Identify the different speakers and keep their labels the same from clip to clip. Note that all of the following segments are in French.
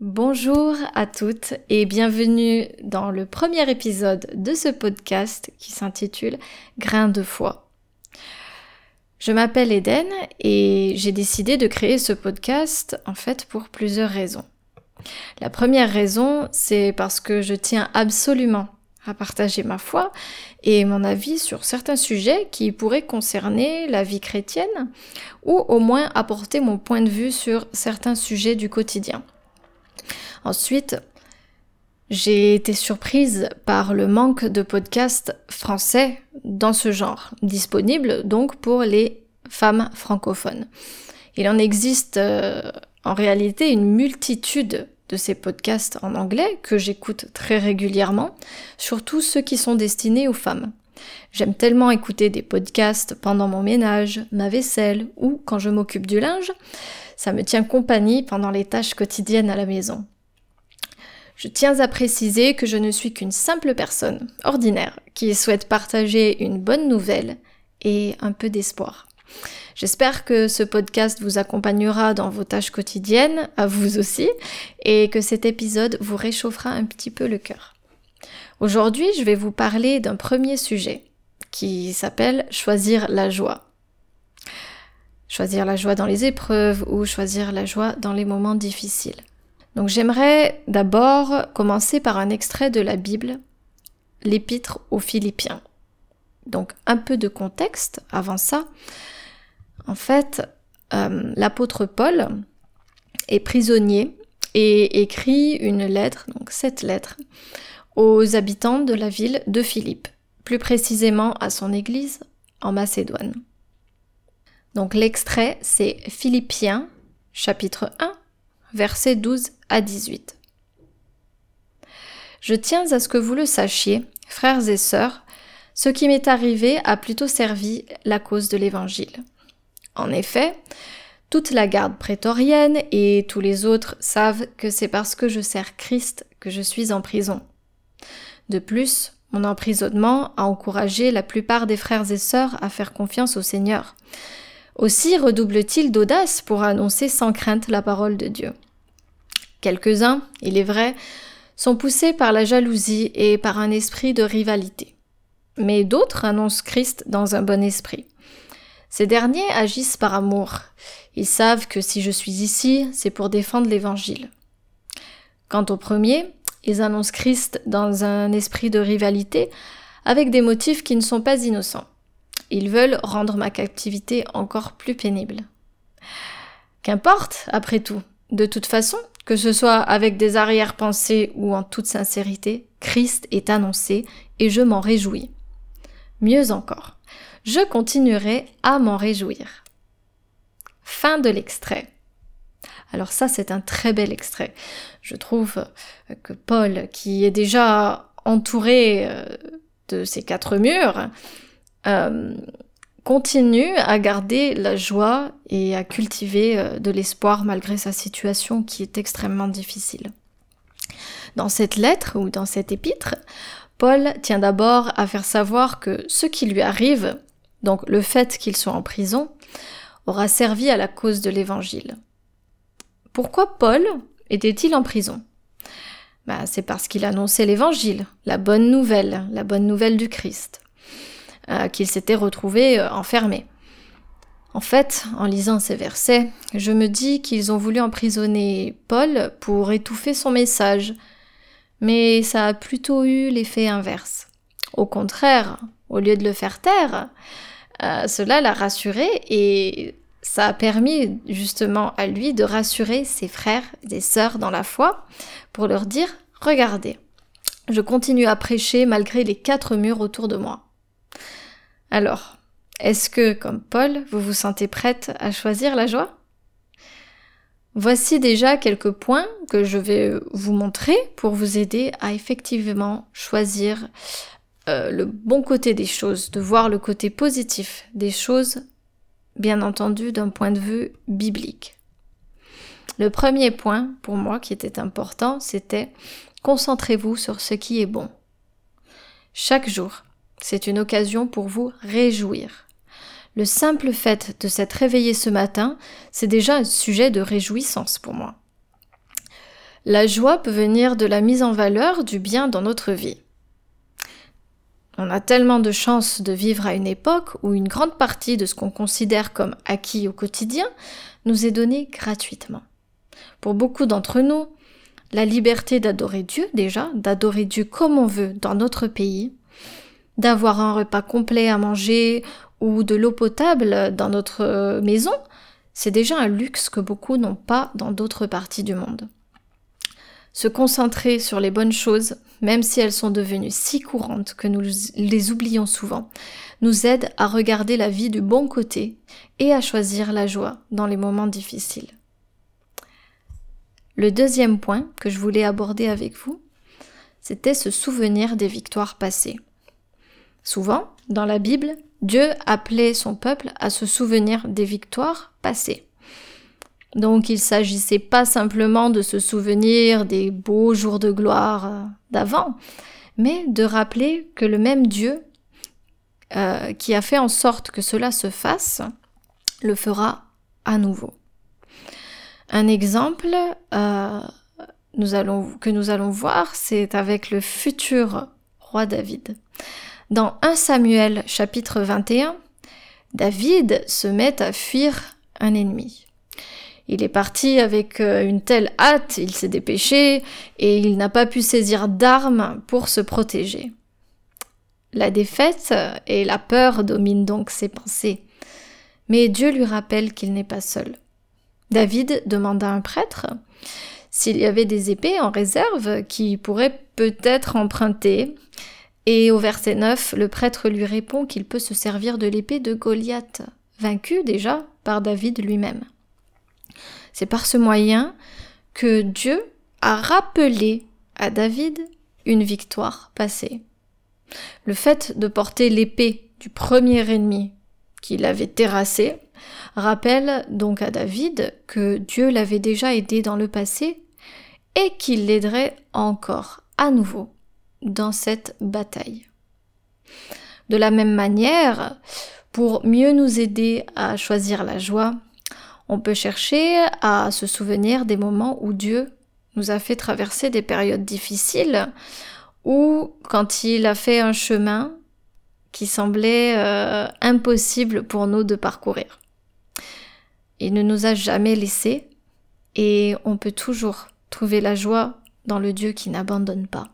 Speaker 1: Bonjour à toutes et bienvenue dans le premier épisode de ce podcast qui s'intitule Grains de foi. Je m'appelle Eden et j'ai décidé de créer ce podcast en fait pour plusieurs raisons. La première raison, c'est parce que je tiens absolument à partager ma foi et mon avis sur certains sujets qui pourraient concerner la vie chrétienne ou au moins apporter mon point de vue sur certains sujets du quotidien. Ensuite, j'ai été surprise par le manque de podcasts français dans ce genre, disponibles donc pour les femmes francophones. Il en existe en réalité une multitude de ces podcasts en anglais que j'écoute très régulièrement, surtout ceux qui sont destinés aux femmes. J'aime tellement écouter des podcasts pendant mon ménage, ma vaisselle ou quand je m'occupe du linge, ça me tient compagnie pendant les tâches quotidiennes à la maison. Je tiens à préciser que je ne suis qu'une simple personne, ordinaire, qui souhaite partager une bonne nouvelle et un peu d'espoir. J'espère que ce podcast vous accompagnera dans vos tâches quotidiennes, à vous aussi, et que cet épisode vous réchauffera un petit peu le cœur. Aujourd'hui, je vais vous parler d'un premier sujet qui s'appelle « Choisir la joie ». Choisir la joie dans les épreuves ou choisir la joie dans les moments difficiles. Donc j'aimerais d'abord commencer par un extrait de la Bible, l'Épître aux Philippiens. Donc un peu de contexte avant ça. En fait, l'apôtre Paul est prisonnier et écrit une lettre, donc cette lettre, aux habitants de la ville de Philippe, plus précisément à son église en Macédoine. Donc l'extrait, c'est Philippiens, chapitre 1, versets 12 à 18. Je tiens à ce que vous le sachiez, frères et sœurs, ce qui m'est arrivé a plutôt servi la cause de l'Évangile. En effet, toute la garde prétorienne et tous les autres savent que c'est parce que je sers Christ que je suis en prison. De plus, mon emprisonnement a encouragé la plupart des frères et sœurs à faire confiance au Seigneur. Aussi redouble-t-il d'audace pour annoncer sans crainte la parole de Dieu. Quelques-uns, il est vrai, sont poussés par la jalousie et par un esprit de rivalité. Mais d'autres annoncent Christ dans un bon esprit. Ces derniers agissent par amour. Ils savent que si je suis ici, c'est pour défendre l'Évangile. Quant aux premiers, ils annoncent Christ dans un esprit de rivalité avec des motifs qui ne sont pas innocents. Ils veulent rendre ma captivité encore plus pénible. Qu'importe, après tout. De toute façon, que ce soit avec des arrière-pensées ou en toute sincérité, Christ est annoncé et je m'en réjouis. Mieux encore, je continuerai à m'en réjouir. Fin de l'extrait. Alors ça, c'est un très bel extrait. Je trouve que Paul, qui est déjà entouré de ses quatre murs, continue à garder la joie et à cultiver de l'espoir malgré sa situation qui est extrêmement difficile. Dans cette lettre ou dans cet épître, Paul tient d'abord à faire savoir que ce qui lui arrive, donc le fait qu'il soit en prison, aura servi à la cause de l'Évangile. Pourquoi Paul était-il en prison ? C'est parce qu'il annonçait l'Évangile, la bonne nouvelle du Christ. Qu'il s'était retrouvé enfermé. En fait, en lisant ces versets, je me dis qu'ils ont voulu emprisonner Paul pour étouffer son message, mais ça a plutôt eu l'effet inverse. Au contraire, au lieu de le faire taire, cela l'a rassuré et ça a permis justement à lui de rassurer ses frères et sœurs dans la foi pour leur dire « Regardez, je continue à prêcher malgré les quatre murs autour de moi. » Alors, est-ce que, comme Paul, vous vous sentez prête à choisir la joie ? Voici déjà quelques points que je vais vous montrer pour vous aider à effectivement choisir le bon côté des choses, de voir le côté positif des choses, bien entendu d'un point de vue biblique. Le premier point, pour moi, qui était important, c'était « Concentrez-vous sur ce qui est bon ». Chaque jour, c'est une occasion pour vous réjouir. Le simple fait de s'être réveillé ce matin, c'est déjà un sujet de réjouissance pour moi. La joie peut venir de la mise en valeur du bien dans notre vie. On a tellement de chance de vivre à une époque où une grande partie de ce qu'on considère comme acquis au quotidien nous est donnée gratuitement. Pour beaucoup d'entre nous, la liberté d'adorer Dieu déjà, d'adorer Dieu comme on veut dans notre pays, d'avoir un repas complet à manger ou de l'eau potable dans notre maison, c'est déjà un luxe que beaucoup n'ont pas dans d'autres parties du monde. Se concentrer sur les bonnes choses, même si elles sont devenues si courantes que nous les oublions souvent, nous aide à regarder la vie du bon côté et à choisir la joie dans les moments difficiles. Le deuxième point que je voulais aborder avec vous, c'était se souvenir des victoires passées. Souvent, dans la Bible, Dieu appelait son peuple à se souvenir des victoires passées. Donc il ne s'agissait pas simplement de se souvenir des beaux jours de gloire d'avant, mais de rappeler que le même Dieu qui a fait en sorte que cela se fasse, le fera à nouveau. Un exemple que nous allons voir, c'est avec le futur roi David. Dans 1 Samuel chapitre 21, David se met à fuir un ennemi. Il est parti avec une telle hâte, il s'est dépêché et il n'a pas pu saisir d'armes pour se protéger. La défaite et la peur dominent donc ses pensées. Mais Dieu lui rappelle qu'il n'est pas seul. David demanda à un prêtre s'il y avait des épées en réserve qui pourraient peut-être emprunter. Et au verset 9, le prêtre lui répond qu'il peut se servir de l'épée de Goliath, vaincu déjà par David lui-même. C'est par ce moyen que Dieu a rappelé à David une victoire passée. Le fait de porter l'épée du premier ennemi qu'il avait terrassé rappelle donc à David que Dieu l'avait déjà aidé dans le passé et qu'il l'aiderait encore à nouveau dans cette bataille. De la même manière, pour mieux nous aider à choisir la joie, on peut chercher à se souvenir des moments où Dieu nous a fait traverser des périodes difficiles ou quand il a fait un chemin qui semblait impossible pour nous de parcourir. Il ne nous a jamais laissés et on peut toujours trouver la joie dans le Dieu qui n'abandonne pas.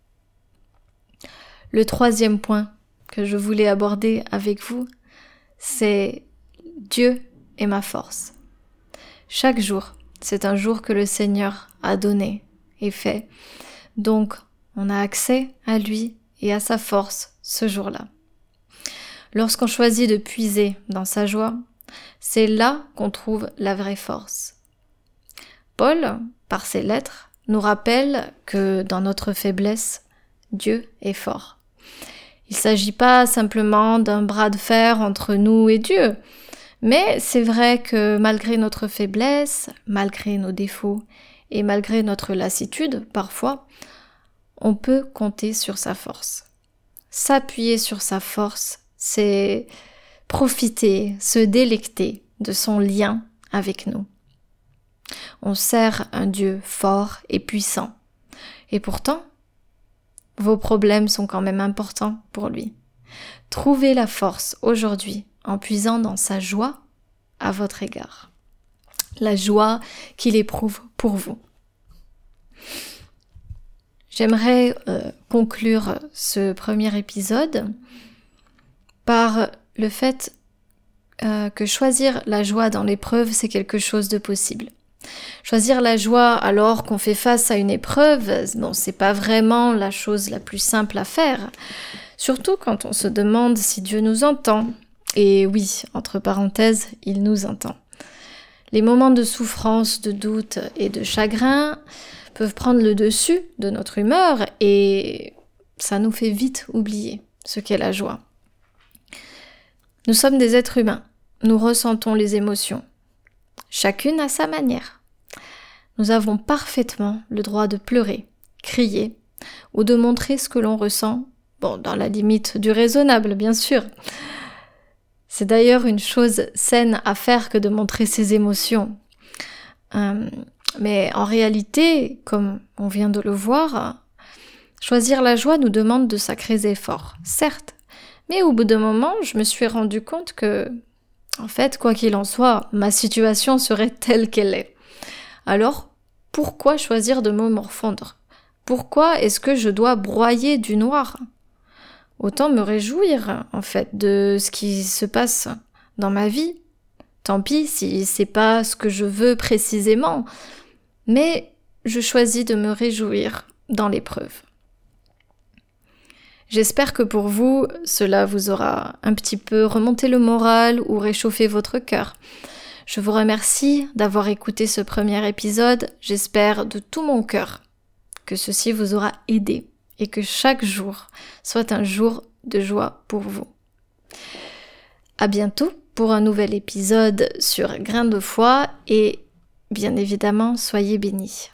Speaker 1: Le troisième point que je voulais aborder avec vous, c'est Dieu est ma force. Chaque jour, c'est un jour que le Seigneur a donné et fait. Donc, on a accès à lui et à sa force ce jour-là. Lorsqu'on choisit de puiser dans sa joie, c'est là qu'on trouve la vraie force. Paul, par ses lettres, nous rappelle que dans notre faiblesse, Dieu est fort. Il ne s'agit pas simplement d'un bras de fer entre nous et Dieu, mais c'est vrai que malgré notre faiblesse, malgré nos défauts et malgré notre lassitude parfois, on peut compter sur sa force. S'appuyer sur sa force, c'est profiter, se délecter de son lien avec nous. On sert un Dieu fort et puissant. Et pourtant, vos problèmes sont quand même importants pour lui. Trouvez la force aujourd'hui en puisant dans sa joie à votre égard. La joie qu'il éprouve pour vous. J'aimerais conclure ce premier épisode par le fait que choisir la joie dans l'épreuve, c'est quelque chose de possible. Choisir la joie alors qu'on fait face à une épreuve, bon, c'est pas vraiment la chose la plus simple à faire. Surtout quand on se demande si Dieu nous entend. Et oui, entre parenthèses, il nous entend. Les moments de souffrance, de doute et de chagrin peuvent prendre le dessus de notre humeur et ça nous fait vite oublier ce qu'est la joie. Nous sommes des êtres humains, nous ressentons les émotions, chacune à sa manière. Nous avons parfaitement le droit de pleurer, crier ou de montrer ce que l'on ressent, bon, dans la limite du raisonnable, bien sûr. C'est d'ailleurs une chose saine à faire que de montrer ses émotions. Mais en réalité, comme on vient de le voir, choisir la joie nous demande de sacrés efforts, certes. Mais au bout d'un moment, je me suis rendu compte que, en fait, quoi qu'il en soit, ma situation serait telle qu'elle est. Alors, pourquoi choisir de me morfondre ? Pourquoi est-ce que je dois broyer du noir ? Autant me réjouir, en fait, de ce qui se passe dans ma vie. Tant pis si c'est pas ce que je veux précisément, mais je choisis de me réjouir dans l'épreuve. J'espère que pour vous, cela vous aura un petit peu remonté le moral ou réchauffé votre cœur. Je vous remercie d'avoir écouté ce premier épisode. J'espère de tout mon cœur que ceci vous aura aidé et que chaque jour soit un jour de joie pour vous. À bientôt pour un nouvel épisode sur Grain de foi et bien évidemment, soyez bénis.